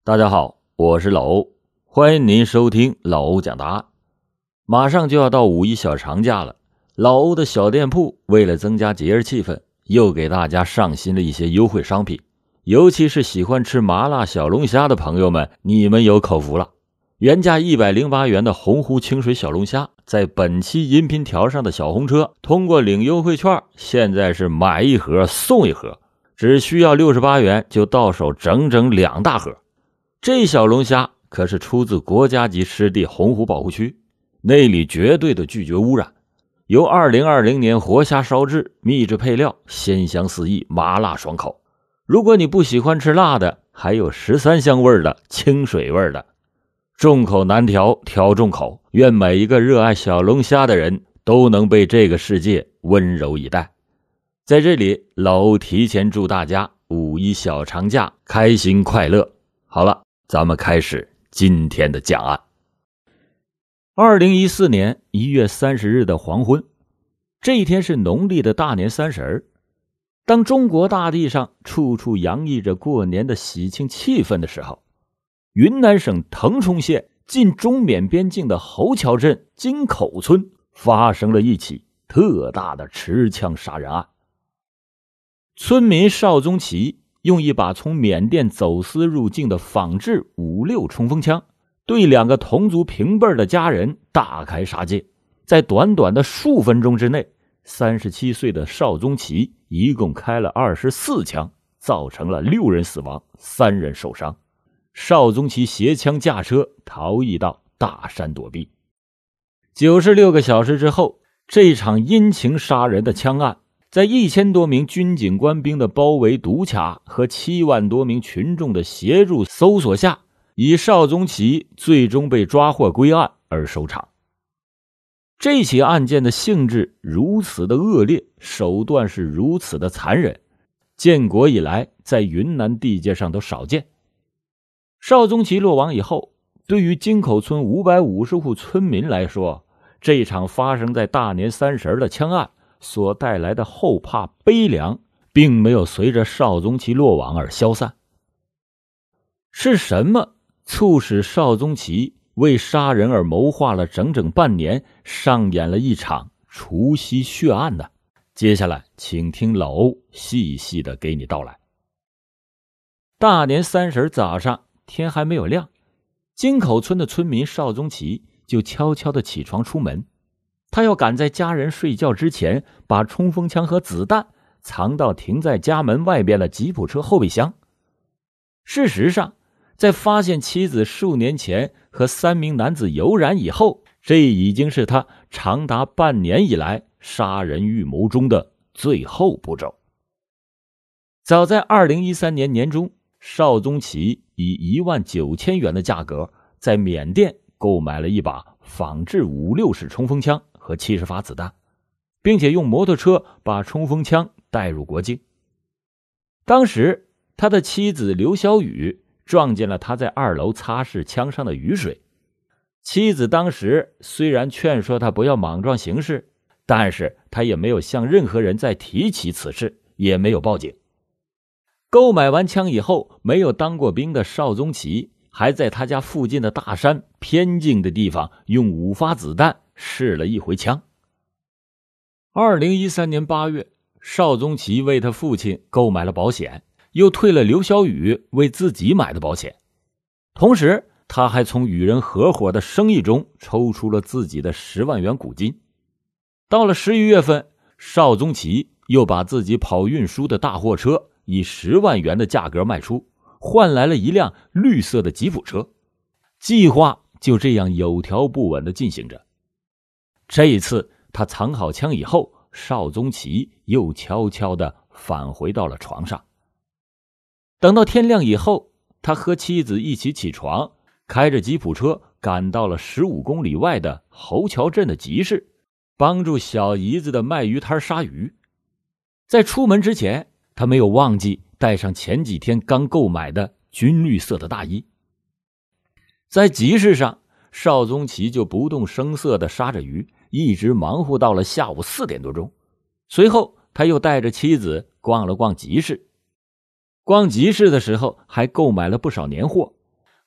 大家好，我是老欧，欢迎您收听老欧讲答案。马上就要到五一小长假了，老欧的小店铺为了增加节日气氛，又给大家上新了一些优惠商品。尤其是喜欢吃麻辣小龙虾的朋友们，你们有口福了。原价108元的洪湖清水小龙虾，在本期音频条上的小红车通过领优惠券，现在是买一盒送一盒，只需要68元就到手整整2大盒。这小龙虾可是出自国家级湿地洪湖保护区，那里绝对的拒绝污染，由2020年活虾烧制，秘制配料，鲜香四溢，麻辣爽口。如果你不喜欢吃辣的，还有13香味的、清水味的。众口难调，调众口，愿每一个热爱小龙虾的人都能被这个世界温柔以待。在这里，老欧提前祝大家五一小长假开心快乐。好了，咱们开始今天的讲案。2014年1月30日的黄昏，这一天是农历的大年30。当中国大地上处处洋溢着过年的喜庆气氛的时候，云南省腾冲县近中缅边境的侯桥镇金口村发生了一起特大的持枪杀人案。村民邵宗奇用一把从缅甸走私入境的仿制56冲锋枪，对2个同族平辈的家人大开杀戒，在短短的数分钟之内，37岁的邵宗奇一共开了24枪，造成了6人死亡，3人受伤。邵宗奇携枪驾车逃逸到大山躲避。96个小时之后，这场阴晴杀人的枪案在1000多名军警官兵的包围堵卡和7万多名群众的协助搜索下，以邵宗奇最终被抓获归案而收场。这起案件的性质如此的恶劣，手段是如此的残忍，建国以来在云南地界上都少见。邵宗奇落网以后，对于金口村550户村民来说，这场发生在大年30的枪案所带来的后怕悲凉，并没有随着邵宗奇落网而消散。是什么促使邵宗奇为杀人而谋划了整整半年，上演了一场除夕血案呢？接下来请听老欧细细的给你道来。大年30早上，天还没有亮，金口村的村民邵宗奇就悄悄地起床出门，他要赶在家人睡觉之前，把冲锋枪和子弹藏到停在家门外边的吉普车后备箱。事实上，在发现妻子数年前和3名男子有染以后，这已经是他长达半年以来杀人预谋中的最后步骤。早在2013年年中，邵宗奇以19000元的价格在缅甸购买了一把仿制56式冲锋枪和70发子弹，并且用摩托车把冲锋枪带入国境。当时他的妻子刘小雨撞见了他在2楼擦拭枪上的雨水，妻子当时虽然劝说他不要莽撞行事，但是他也没有向任何人再提起此事，也没有报警。购买完枪以后，没有当过兵的邵宗奇还在他家附近的大山偏静的地方用5发子弹试了一回枪。2013年8月，邵宗奇为他父亲购买了保险，又退了刘小雨为自己买的保险，同时他还从与人合伙的生意中抽出了自己的10万元股金。到了11月份，邵宗奇又把自己跑运输的大货车以10万元的价格卖出，换来了一辆绿色的吉普车。计划就这样有条不紊地进行着。这一次他藏好枪以后，邵宗奇又悄悄地返回到了床上。等到天亮以后，他和妻子一起起床，开着吉普车赶到了15公里外的侯桥镇的集市，帮助小姨子的卖鱼摊杀鱼。在出门之前，他没有忘记带上前几天刚购买的军绿色的大衣。在集市上，邵宗奇就不动声色地杀着鱼，一直忙活到了下午4点多钟。随后他又带着妻子逛了逛集市。逛集市的时候还购买了不少年货，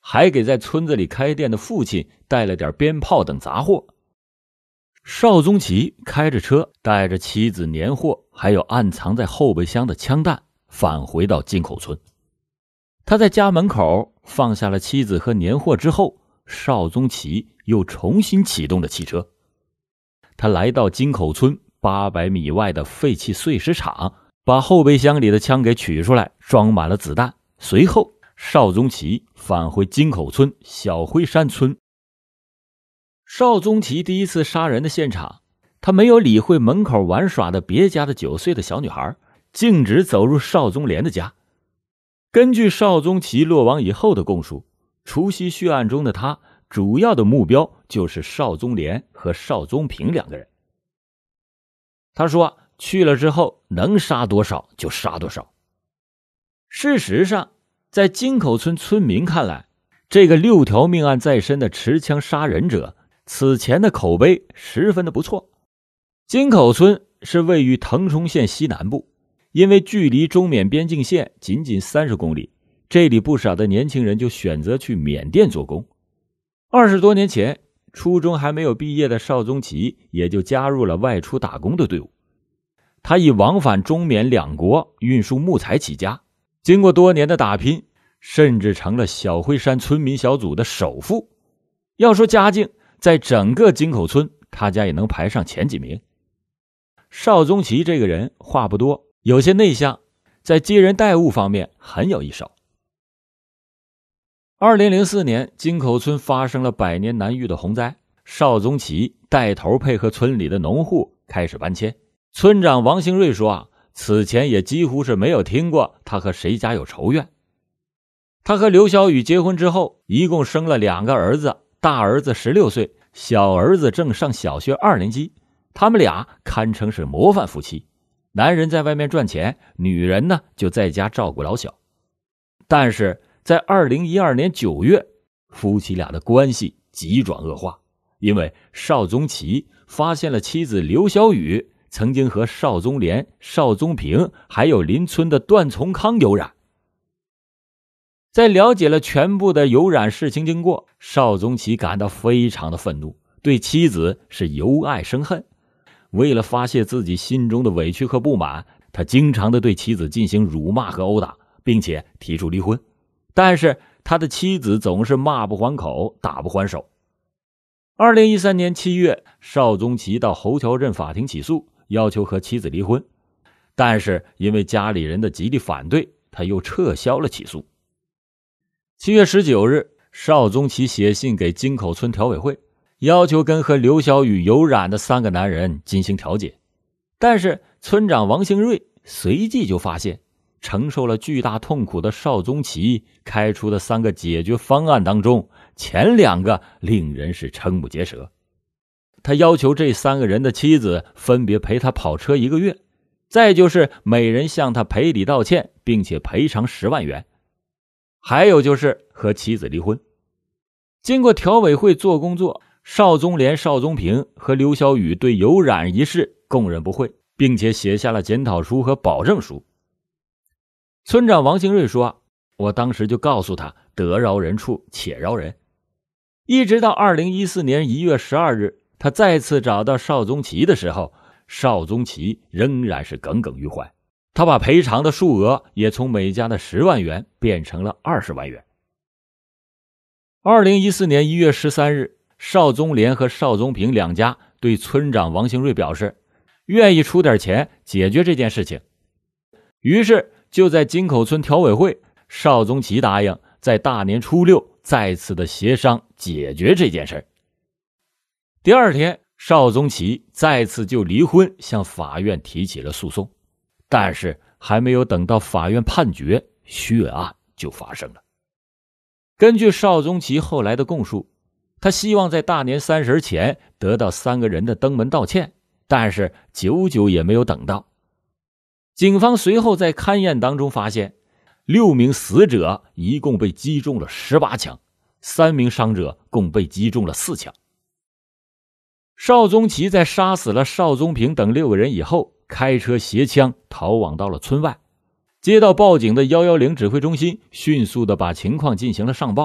还给在村子里开店的父亲带了点鞭炮等杂货。邵宗奇开着车，带着妻子年货，还有暗藏在后备箱的枪弹，返回到金口村。他在家门口放下了妻子和年货之后，邵宗奇又重新启动了汽车。他来到金口村800米外的废弃碎石场，把后备箱里的枪给取出来，装满了子弹。随后邵宗奇返回金口村小灰山村。邵宗奇第一次杀人的现场，他没有理会门口玩耍的别家的9岁的小女孩，径直走入邵宗莲的家。根据邵宗奇落网以后的供述，除夕血案中的他主要的目标就是邵宗莲和邵宗平2个人。他说去了之后能杀多少就杀多少。事实上，在金口村村民看来，这个6条命案在身的持枪杀人者此前的口碑十分的不错。金口村是位于腾冲县西南部，因为距离中缅边境线仅仅30公里，这里不少的年轻人就选择去缅甸做工。20多年前，初中还没有毕业的邵宗奇也就加入了外出打工的队伍。他以往返中缅2国运输木材起家，经过多年的打拼，甚至成了小灰山村民小组的首富。要说家境，在整个金口村他家也能排上前几名。邵宗奇这个人话不多，有些内向，在接人待物方面很有一手。2004年，金口村发生了100年难遇的洪灾，邵宗奇带头配合村里的农户开始搬迁。村长王兴瑞说此前也几乎是没有听过他和谁家有仇怨。他和刘小雨结婚之后，一共生了2个儿子，大儿子16岁，小儿子正上小学2年级。他们俩堪称是模范夫妻，男人在外面赚钱，女人呢就在家照顾老小。但是在2012年9月，夫妻俩的关系急转恶化，因为邵宗奇发现了妻子刘小雨曾经和邵宗莲、邵宗平还有邻村的段从康有染。在了解了全部的有染事情经过，邵宗奇感到非常的愤怒，对妻子是由爱生恨。为了发泄自己心中的委屈和不满，他经常的对妻子进行辱骂和殴打，并且提出离婚。但是他的妻子总是骂不还口，打不还手。2013年7月，邵宗奇到侯桥镇法庭起诉，要求和妻子离婚，但是因为家里人的极力反对，他又撤销了起诉。7月19日，邵宗奇写信给金口村调委会，要求跟和刘小雨有染的3个男人进行调解。但是村长王兴瑞随即就发现，承受了巨大痛苦的邵宗奇开出的3个解决方案当中，前2个令人是瞠目结舌。他要求这3个人的妻子分别陪他跑车1个月，再就是每人向他赔礼道歉，并且赔偿10万元，还有就是和妻子离婚。经过调委会做工作，邵宗莲、邵宗平和刘小雨对有染一事供认不讳，并且写下了检讨书和保证书。村长王兴瑞说，我当时就告诉他，得饶人处且饶人。一直到2014年1月12日，他再次找到邵宗奇的时候，邵宗奇仍然是耿耿于怀，他把赔偿的数额也从每家的10万元变成了20万元。2014年1月13日，邵宗莲和邵宗平2家对村长王兴瑞表示，愿意出点钱解决这件事情。于是就在金口村调委会，邵宗奇答应在大年初6再次的协商解决这件事。第二天，邵宗奇再次就离婚向法院提起了诉讼，但是还没有等到法院判决，血案就发生了。根据邵宗奇后来的供述，他希望在大年30前得到3个人的登门道歉，但是久久也没有等到。警方随后在勘验当中发现，6名死者一共被击中了18枪，3名伤者共被击中了4枪。邵宗奇在杀死了邵宗平等6个人以后，开车携枪逃往到了村外。接到报警的110指挥中心迅速的把情况进行了上报，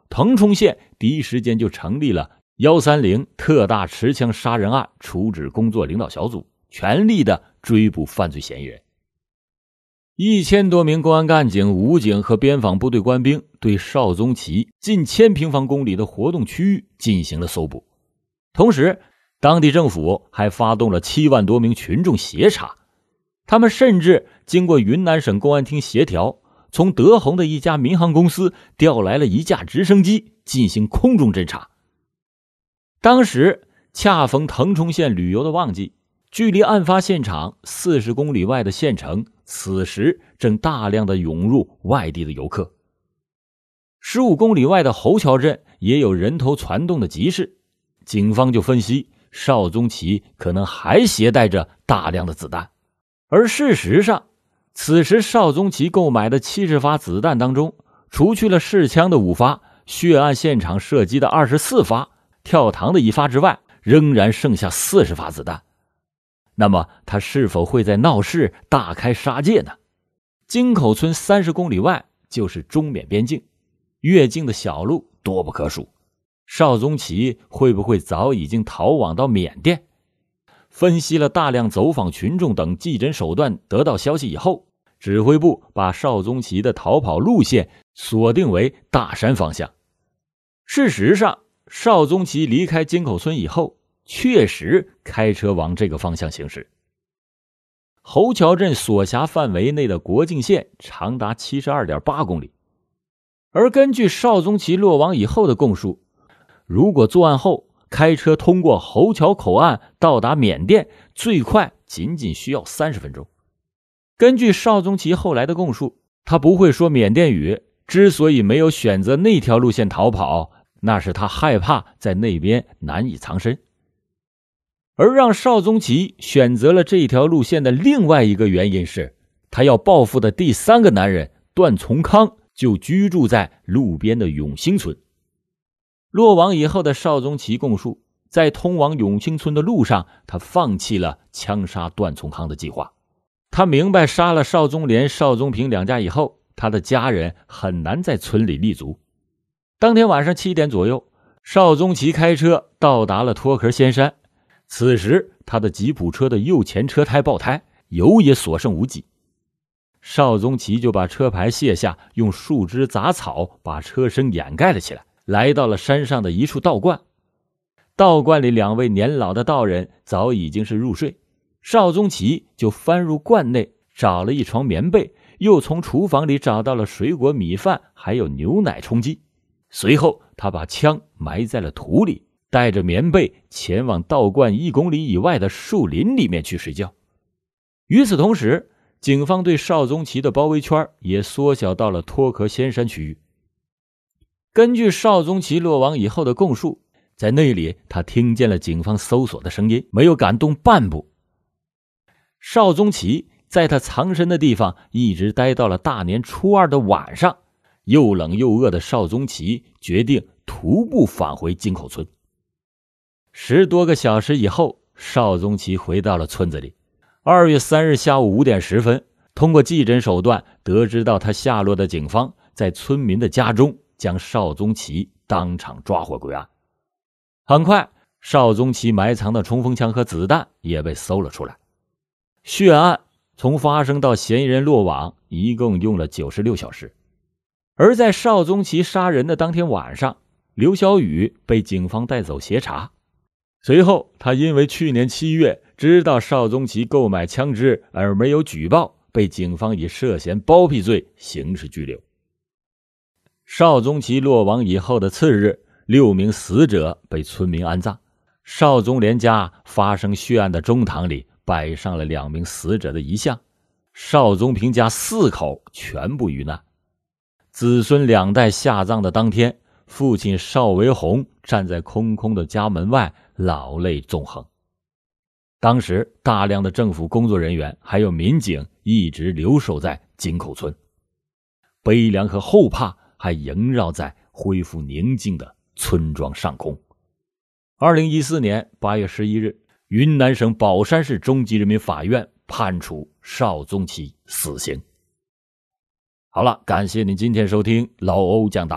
腾冲县第一时间就成立了130特大持枪杀人案处置工作领导小组，全力的追捕犯罪嫌疑人。1000多名公安干警、武警和边防部队官兵对邵宗奇近1000平方公里的活动区域进行了搜捕，同时当地政府还发动了7万多名群众协查，他们甚至经过云南省公安厅协调，从德宏的一家民航公司调来了一架直升机进行空中侦察。当时恰逢腾冲县旅游的旺季，距离案发现场40公里外的县城此时正大量的涌入外地的游客。15公里外的侯桥镇也有人头攒动的集市，警方就分析邵宗奇可能还携带着大量的子弹。而事实上，此时邵宗奇购买的70发子弹当中，除去了试枪的5发，血案现场射击的24发，跳膛的1发之外，仍然剩下40发子弹。那么他是否会在闹市大开杀戒呢？金口村30公里外就是中缅边境，越境的小路多不可数。邵宗奇会不会早已经逃往到缅甸？分析了大量走访群众等技侦手段得到消息以后，指挥部把邵宗奇的逃跑路线锁定为大山方向。事实上，邵宗奇离开金口村以后，确实开车往这个方向行驶。侯桥镇所辖范围内的国境线长达 72.8 公里，而根据邵宗奇落网以后的供述，如果作案后开车通过侯桥口岸到达缅甸，最快仅仅需要30分钟。根据邵宗奇后来的供述，他不会说缅甸语，之所以没有选择那条路线逃跑，那是他害怕在那边难以藏身。而让邵宗奇选择了这条路线的另外一个原因是，他要报复的第3个男人段从康就居住在路边的永兴村。落网以后的邵宗奇供述，在通往永兴村的路上，他放弃了枪杀段从康的计划。他明白杀了邵宗廉、邵宗平2家以后，他的家人很难在村里立足。当天晚上7点左右，邵宗奇开车到达了脱壳仙山，此时他的吉普车的右前车胎爆胎，油也所剩无几。邵宗奇就把车牌卸下，用树枝杂草把车身掩盖了起来，来到了山上的一处道观。道观里2位年老的道人早已经是入睡，邵宗奇就翻入观内，找了一床棉被，又从厨房里找到了水果、米饭还有牛奶充饥。随后他把枪埋在了土里，带着棉被前往道观1公里以外的树林里面去睡觉。与此同时，警方对邵宗奇的包围圈也缩小到了脱壳仙山区域。根据邵宗奇落网以后的供述，在那里他听见了警方搜索的声音，没有敢动半步。邵宗奇在他藏身的地方一直待到了大年初2的晚上，又冷又饿的邵宗奇决定徒步返回金口村。10多个小时以后，邵宗奇回到了村子里。2月3日下午5点10分，通过技侦手段得知到他下落的警方在村民的家中将邵宗奇当场抓获归案。很快，邵宗奇埋藏的冲锋枪和子弹也被搜了出来。血案从发生到嫌疑人落网一共用了96小时。而在邵宗奇杀人的当天晚上，刘小雨被警方带走协查。随后他因为去年7月知道邵宗奇购买枪支而没有举报，被警方以涉嫌包庇罪刑事拘留。邵宗奇落网以后的次日，6名死者被村民安葬。邵宗廉家发生血案的中堂里摆上了2名死者的遗像，邵宗平家4口全部遇难。子孙2代下葬的当天，父亲邵维红站在空空的家门外，老泪纵横。当时大量的政府工作人员还有民警一直留守在金口村，悲凉和后怕还萦绕在恢复宁静的村庄上空。2014年8月11日，云南省保山市中级人民法院判处邵宗奇死刑。好了，感谢您今天收听老欧讲答案，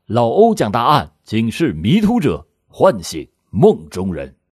老欧讲大案，警示迷途者，唤醒梦中人。